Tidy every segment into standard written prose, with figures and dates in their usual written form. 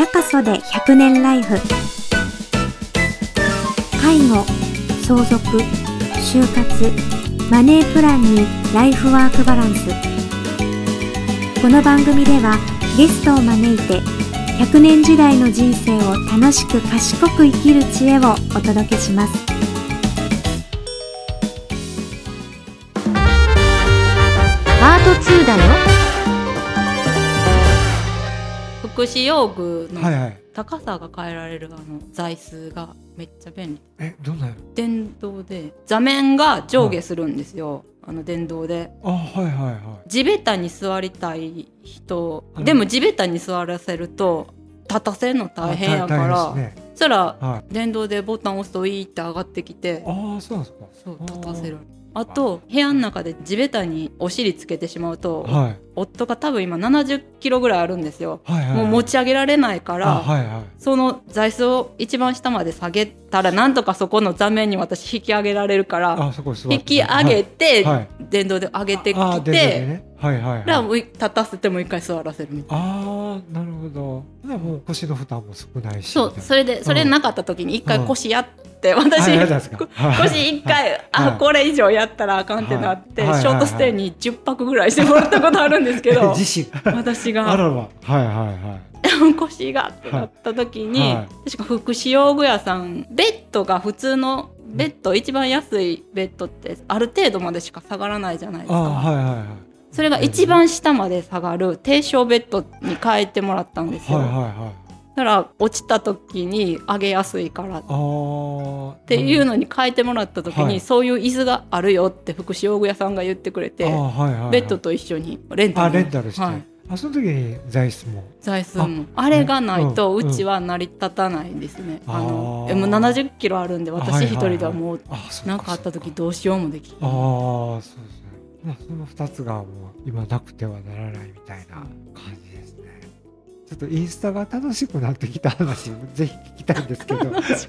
サカソで100年ライフ。介護、相続、就活、マネープランにライフワークバランス。この番組ではゲストを招いて100年時代の人生を楽しく賢く生きる知恵をお届けします。 パート2だよ。 福祉用具の高さが変えられる座椅子がめっちゃ便利。 どんなの？ 電動で座面が上下するんですよ、電動で。地べたに座りたい人でも地べたに座らせると立たせるの大変やから、そしたら電動でボタン押すといいって上がってきて、 そうなんですか。 そう立たせる。あと部屋の中で地べたにお尻つけてしまうと、夫が多分今70キロぐらいあるんですよ、もう持ち上げられないから、その座椅子を一番下まで下げたらなんとかそこの座面に私引き上げられるから、引き上げて、電動で上げてきて、立たせてもう一回座らせるみたいな。 なるほど。もう腰の負担も少ないし。 それなかった時に一回腰やって私腰一回これ以上やったらあかんってなって、ショートステイに10泊ぐらいしてもらったことあるんですけど私が腰がってなった時に、確か福祉用具屋さんベッドが普通のベッド、一番安いベッドってある程度までしか下がらないじゃないですか。それが一番下まで下がる低床ベッドに変えてもらったんですよ。だから落ちた時に上げやすいからっていうのに変えてもらった時に、そういう椅子があるよって福祉用具屋さんが言ってくれて、ベッドと一緒にレンタルして、 その時に座椅子もあれがないとうちは成り立たないんですね。もう70キロあるんで、私一人ではもう何かあった時どうしようもできない。 そうですね。その2つがもう今なくてはならないみたいな感じですね。ちょっとインスタが楽しくなってきた話ぜひ聞きたいんですけど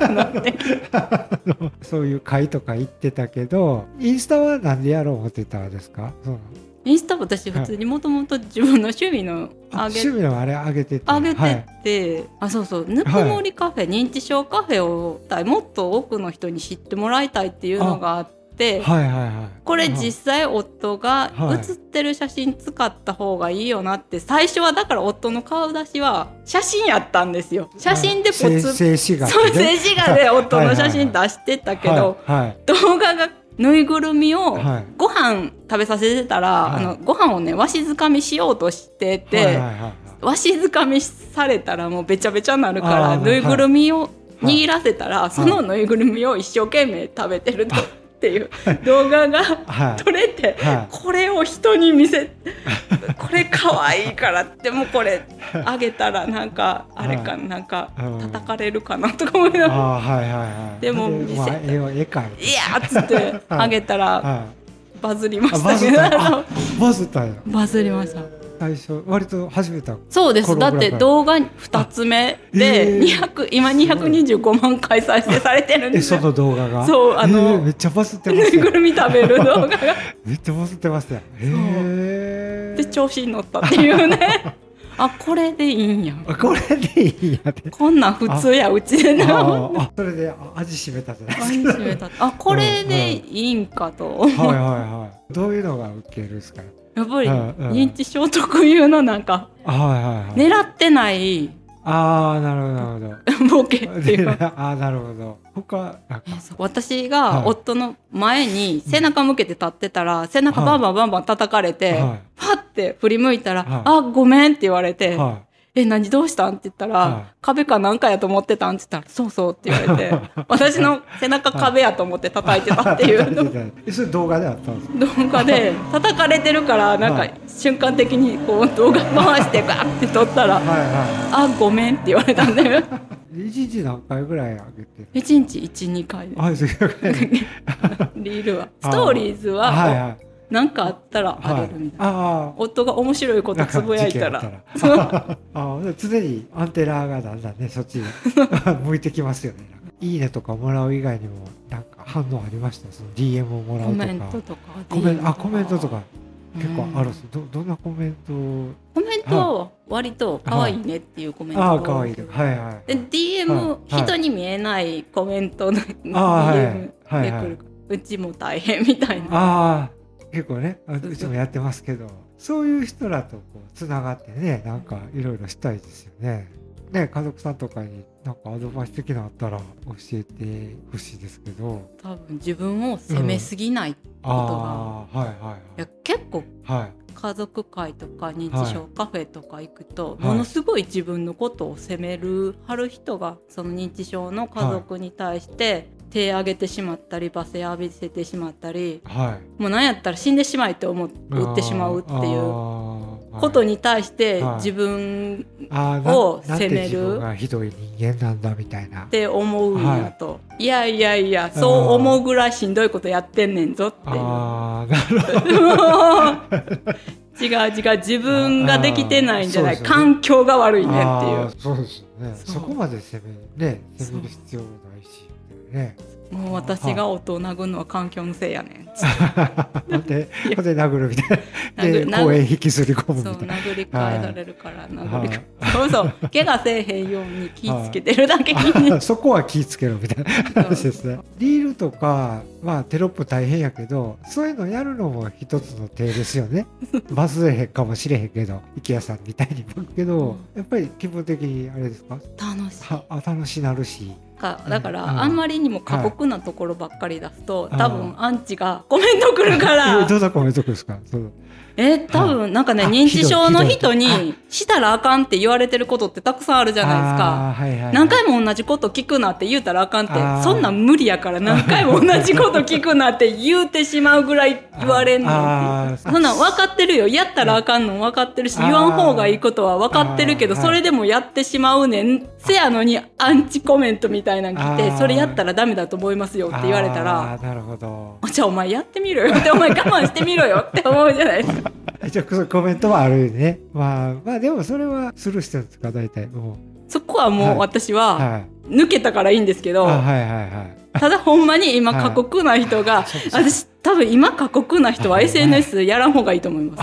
そういう会とか行ってたけど、インスタはなんでやろう思ってたんですか？ インスタ私普通にもともと自分の趣味の趣味のあれ上げてて、 そうぬくもりカフェ、認知症カフェをもっと多くの人に知ってもらいたいっていうのがあって、これ実際夫が写ってる写真使った方がいいよなって、最初はだから夫の顔出しは写真やったんですよ。写真で静止画で夫の写真出してたけど、動画がぬいぐるみをご飯食べさせてたら、ご飯をねわしづかみしようとしてて、わしづかみされたらもうべちゃべちゃになるから、ぬいぐるみを握らせたら、そのぬいぐるみを一生懸命食べてるとっていう動画が撮れて、これを人に見せこれ可愛いからってもうこれあげたらなんかあれかなんか叩かれるかなとか思いながら、でも見せたいやっつってあげたらバズりましたけど、バズりました。 最初割と始めた。 そうです。だって動画2つ目で今225万回再生されてるんですよ。 その動画がめっちゃバズってます。 ぬいぐるみ食べる動画がめっちゃバズってますよ。 で調子に乗ったっていうねこれでいいんや、 これでいいんやって、 こんなん普通やうちでなそれで味しめたじゃないですか。 これでいいんかと。 どういうのがウケるんですか？ やっぱり認知症特有のなんか狙ってないなるほどボケっていうなるほど。 私が夫の前に背中向けて立ってたら、背中バンバン叩かれて、パッて振り向いたらごめんって言われて、何どうしたんって言ったら、壁かなんかやと思ってたんって言ったら、そうって言われて私の背中壁やと思って叩いてたっていうそれ動画であったんですか？動画で叩かれてるからなんか瞬間的にこう動画回してガーって撮ったらごめんって言われたんだよ。 1日何回ぐらい上げて ？1日 1,2 回です。リールはストーリーズはなんかあったらあげるみたいな、夫が面白いことつぶやいたら常にアンテナがだんだんねそっちに向いてきますよね。いいねとかもらう以外にもなんか反応ありました？その DM をもらうとかコメントとかコメントとか結構あるんです。どんなコメント？ コメントは割と可愛いねっていうコメント、 ああ可愛いね、はいはい、 で DM、人に見えないコメントの DM で来る、うちも大変みたいな。 あ結構ね、うちもやってますけど、そういう人らとこうつながってね、なんかいろいろしたいですよね。ね、家族さんとかになんかアドバイス的なのあったら教えてほしいですけど、 多分自分を責めすぎないことが、 はいはいはい、 いや結構、 はい、 家族会とか認知症カフェとか行くと、ものすごい自分のことを責めるはる人がその認知症の家族に対して手挙げてしまったり罵声浴びせてしまったり、もう何やったら死んでしまいと思ってしまうっていうことに対して自分を責める、 自分がひどい人間なんだみたいなって思うんやと、いやいやいやそう思うぐらいしんどいことやってんねんぞっていう。なるほど違う自分ができてないんじゃない、環境が悪いねっていう。 そうですよね。そこまで責める必要ないしね。 もう私が音を殴るのは環境のせいやねんで殴るみたいなで公園引きずり込むみたいな。 そう殴り返されるから殴り返そう怪我せえへんように気ぃつけてるだけにそこは気ぃつけろみたいな話ですね。リールとかテロップ大変やけど、そういうのやるのも一つの手ですよね。バズれへんかもしれへんけど、池谷さんみたいにけど、やっぱり気分的にあれですか、楽しなるし、 だからあんまりにも過酷なところばっかり出すと、多分アンチがコメント来るからどんなコメント来るんですか？ 多分なんかね、認知症の人にしたらあかんって言われてることってたくさんあるじゃないですか。何回も同じこと聞くなって言うたらあかんって、そんなん無理やから何回も同じこと聞くなって言うてしまうぐらい言われんのって。そんなん分かってるよ、やったらあかんの分かってるし、言わん方がいいことは分かってるけど、それでもやってしまうねん、せやのにアンチコメントみたいなの来て、それやったらダメだと思いますよって言われたら、 なるほど、 じゃあお前やってみろよってお前我慢してみろよって思うじゃないですか。 一応コメントはあるよね。まあでもそれはスルーしてるんですか、大体。 そこはもう私は抜けたからいいんですけど、ただほんまに今過酷な人が、私多分今過酷な人は SNS やらん方がいいと思います。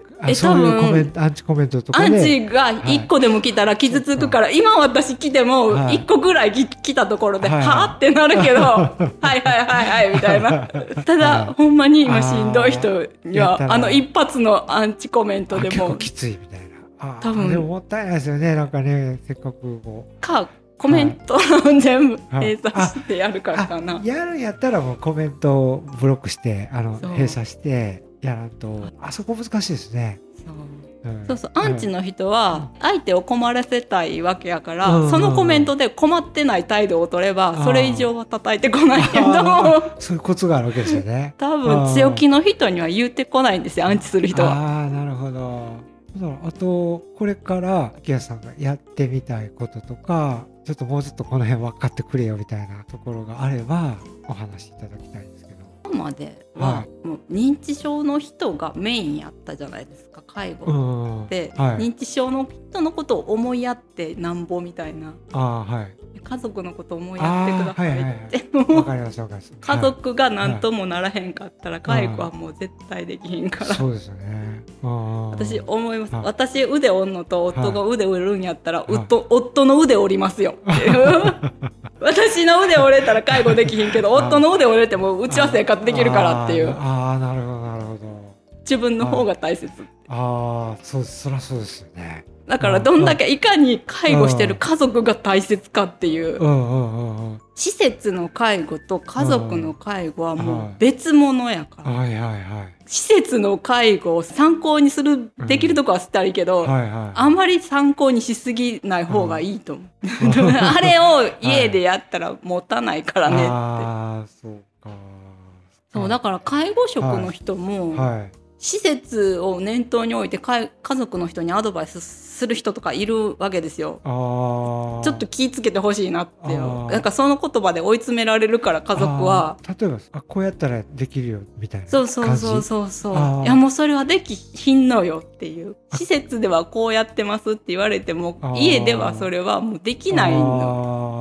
そういうアンチコメントとかね、 アンチが1個でも来たら傷つくから、今私来ても1個ぐらい来たところではぁってなるけど、はいはいはいはいみたいな。ただほんまに今しんどい人には一発のアンチコメントでも結構きついみたいな。多分でももったいないですよね、なんかね、せっかくコメント全部閉鎖してやるからかな。 やるんやったらもうコメントをブロックして閉鎖してやらんと、あそこ難しいですね。そうアンチの人は相手を困らせたいわけやから、そのコメントで困ってない態度を取ればそれ以上は叩いてこないけど、 そういうコツがあるわけですよね。 多分強気の人には言ってこないんですよ、アンチする人は。 なるほど。あとこれから池谷さんがやってみたいこととか、ちょっともうちょっとこの辺分かってくれよみたいなところがあればお話しいただきたいんですけど。 今まではもう認知症の人がメインやったじゃないですか、介護で、認知症の人のことを思いやってなんぼみたいな、家族のことを思いやってくださいって、家族が何ともならへんかったら介護はもう絶対できひんから。 そうですよね。 私思います。私腕折るのと夫が腕折るんやったら、夫の腕折りますよっていう私の腕折れたら介護できひんけど、夫の腕折れてもうちは生活できるからっていう。 なるほどなるほど。 自分の方が大切。 そりゃそうですよね。 だからどんだけいかに介護してる家族が大切かっていう。施設の介護と家族の介護はもう別物やから。施設の介護を参考にできるとこはしたらいいけど、あまり参考にしすぎない方がいいと思う。あれを家でやったら持たないからねって。そうだから介護職の人も施設を念頭に置いて家族の人にアドバイスする人とかいるわけですよ。ちょっと気ぃつけてほしいなって。なんかその言葉で追い詰められるから、家族は例えばこうやったらできるよみたいな感じ。そういやもうそれはできひんのよっていう。施設ではこうやってますって言われても家ではそれはもうできないの。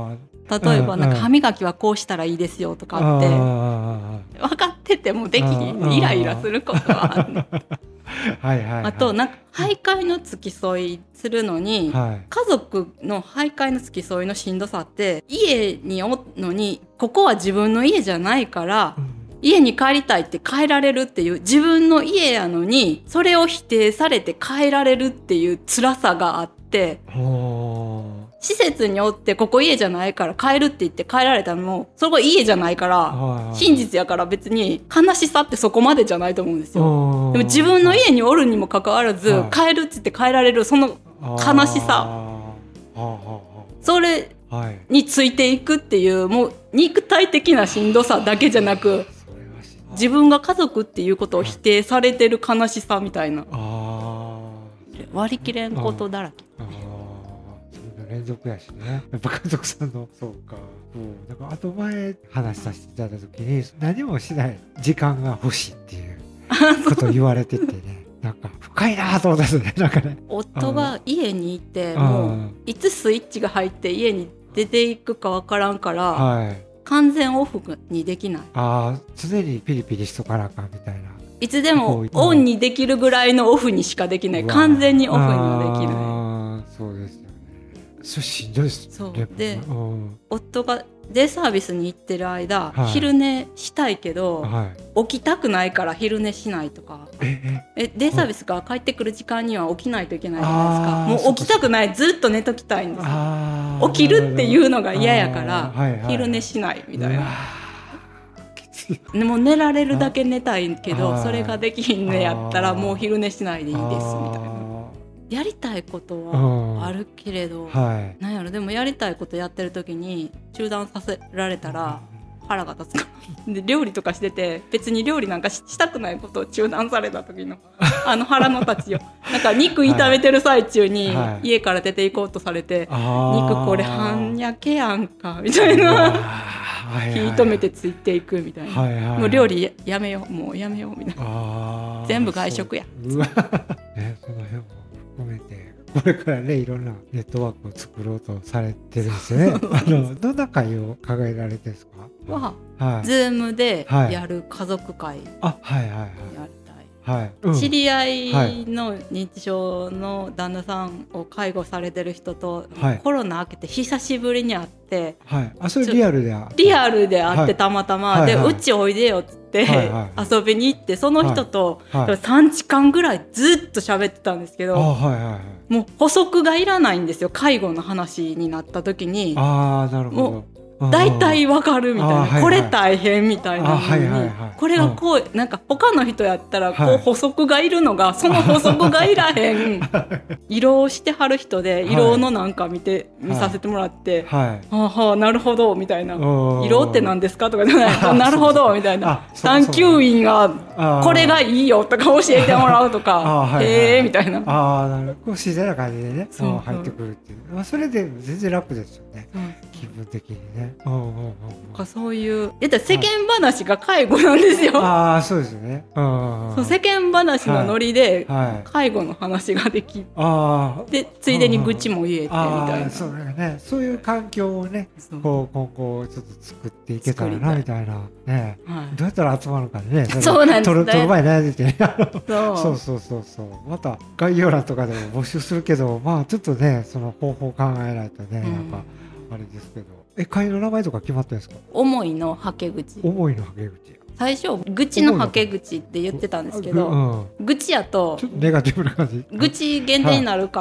例えばなんか歯磨きはこうしたらいいですよとかって分かっててもできひん、イライラすることはあるはいはい、はい、 あとなんか徘徊の付き添いするのに、はい、家族の徘徊の付き添いのしんどさって家におるのにここは自分の家じゃないから、家に帰りたいって帰られるっていう自分の家やのにそれを否定されて帰られるっていう辛さがあって、施設におってここ家じゃないから帰るって言って帰られたのもそこ家じゃないから真実やから別に悲しさってそこまでじゃないと思うんですよ。でも自分の家におるにもかかわらず帰るって言って帰られるその悲しさ、それについていくっていうもう肉体的なしんどさだけじゃなく自分が家族っていうことを否定されてる悲しさみたいな、割り切れんことだらけ。 連続やしね、やっぱ家族さんのそうか、だからあと前話させていただいた時に何もしない時間が欲しいっていうことを言われててねなんか深いなと思ったんですね。なんかね、 夫が家にいてもういつスイッチが入って家に出ていくかわからんから、はい、完全オフにできない。 常にピリピリしとかなあかんみたいな、 いつでもオンにできるぐらいのオフにしかできない、完全にオフにはできない。 そうですよね。それしんどいですね。 そうで、夫がデイサービスに行ってる間、はい、昼寝したいけど、はい、起きたくないから昼寝しないとか、デイサービスが帰ってくる時間には起きないといけないじゃないですか。もう起きたくない、ずっと寝ときたいんですよ。起きるっていうのが嫌やから、昼寝しないみたいな。でも寝られるだけ寝たいけど、それができひんねやったらもう昼寝しないでいいですみたいな。やりたいことはあるけれど、なんやろ、でもやりたいことやってる時に中断させられたら腹が立つからで料理とかしてて別に料理なんかしたくないことを中断された時の腹の立ちよなんか肉炒めてる最中に家から出て行こうとされて、肉これ半焼けやんかみたいな火止めてついていくみたいな、もう料理やめよう、もうやめようみたいな、全部外食や。 その辺も含めてこれからねいろんなネットワークを作ろうとされてるんですよね。どんな会を考えられてるんですか？ ズームでやる家族会やりたい。知り合いの認知症の旦那さんを介護されてる人とコロナ明けて久しぶりに会って、 それリアルで会ってたまたまでうちおいでよっつって遊びに行って、その人と3時間ぐらいずっと喋ってたんですけど、もう補足がいらないんですよ。介護の話になった時になるほど、 大体わかるみたいな、これ大変みたいなのに、これがこうなんか他の人やったらこう補足がいるのがその補足がいらへん色をしてはる人で色のなんか見させてもらって、なるほどみたいな、色って何ですかとかじゃないなるほどみたいな、産休院がこれがいいよとか教えてもらうとかへえみたいな、 自然な感じでね入ってくるっていう、それで全然楽ですよね、気分的にね。 そういう世間話が介護なんですよ。 そうですね。 そう世間話のノリで介護の話ができでついでに愚痴も言えてみたいな、 そういう環境をね今後ちょっと作っていけたらなみたいなね、どうやったら集まるかね、 そうなんですね。 取る前に悩んでてそうまた概要欄とかでも募集するけど、ちょっとねその方法考えないとね、なんかあれですけど、会の名前とか決まってるんですか？ 思いのはけ口。最初愚痴のはけ口って言ってたんですけど、愚痴やとちょっとネガティブな感じ、 愚痴限定になるから、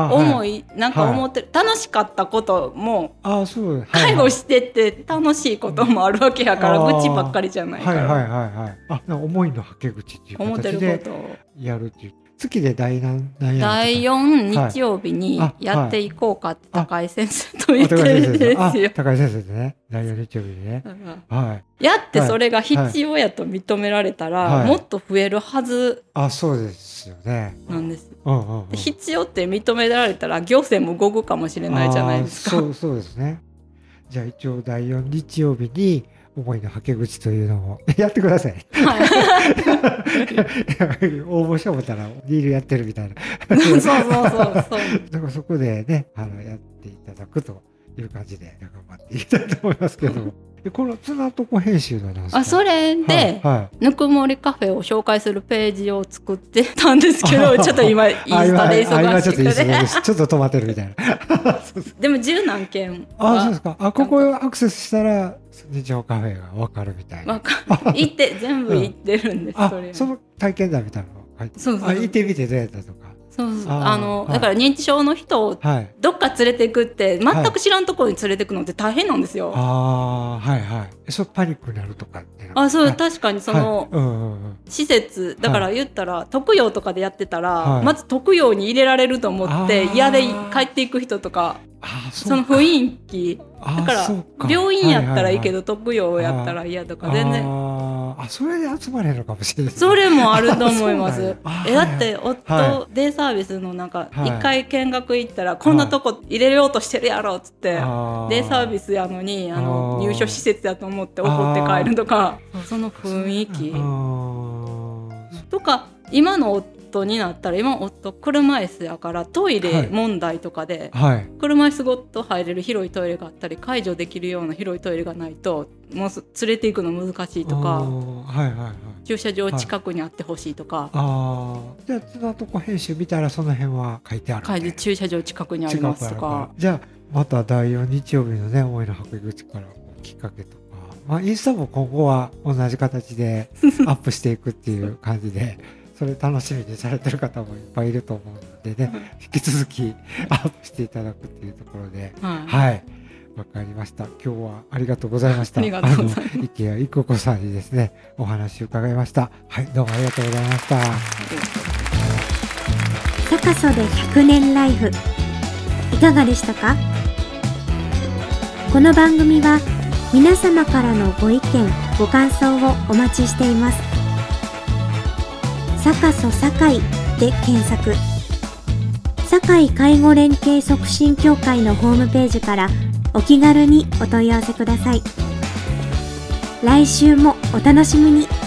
思いなんか思ってる、楽しかったことも介護してて楽しいこともあるわけやから、愚痴ばっかりじゃないから、 思いのはけ口っていう形でやるっていう。月で第 4日曜日にやっていこうかって高井先生と言ってるんですよ。 高井先生でね、第4日曜日にね、 やってそれが必要やと認められたら、もっと増えるはず。 そうですよね。 なんです。必要って認められたら行政も動くかもしれないじゃないですか。 そうですね。じゃあ一応第4日曜日に思いのはけ口というのをやってください。応募してもたらリールやってるみたいな。 そう。 だからそこでねやっていただくという感じで頑張っていきたいと思いますけどこのつなとこ編集は何ですか？ それで、ぬくもりカフェを紹介するページを作ってたんですけどちょっと今インスタで忙しくてちょっと止まってるみたいなでも10何件そうですか。ここアクセスしたら日常カフェが分かるみたいな行って全部行ってるんです、 その体験談みたいなのそう行ってみてどうやったとかそうだから認知症の人をどっか連れていくって全く知らんところに連れていくのって大変なんですよ。 そうパニックになるとかってそう確かにその施設だから言ったら特養とかでやってたらまず特養に入れられると思って嫌で帰っていく人とかその雰囲気だから病院やったらいいけど特養やったら嫌とか全然それで集まれるのかもしれない、 それもあると思いますだって夫デイサービスのなんか一回見学行ったらこんなとこ入れようとしてるやろっつってデイサービスやのに入所施設やと思って怒って帰るとかその雰囲気とか今の夫になったら今夫車椅子やからトイレ問題とかで、車椅子ごと入れる広いトイレがあったり介助できるような広いトイレがないともう連れていくの難しいとか、駐車場近くにあってほしいとか、 じゃあつなとこ編集見たらその辺は書いてある、 駐車場近くにありますとか。 じゃあまた第4日曜日のね大井の箱口からきっかけとか、インスタも今後は同じ形でアップしていくっていう感じでそれ楽しみにされてる方もいっぱいいると思うのでね引き続きアップしていただくっていうところでわかりました。今日はありがとうございました。池谷育子さんにですねお話を伺いました。どうもありがとうございました。 サカソで100年ライフいかがでしたか？この番組は皆様からのご意見ご感想をお待ちしています。サカソ堺で検索。堺介護連携促進協会のホームページからお気軽にお問い合わせください。来週もお楽しみに。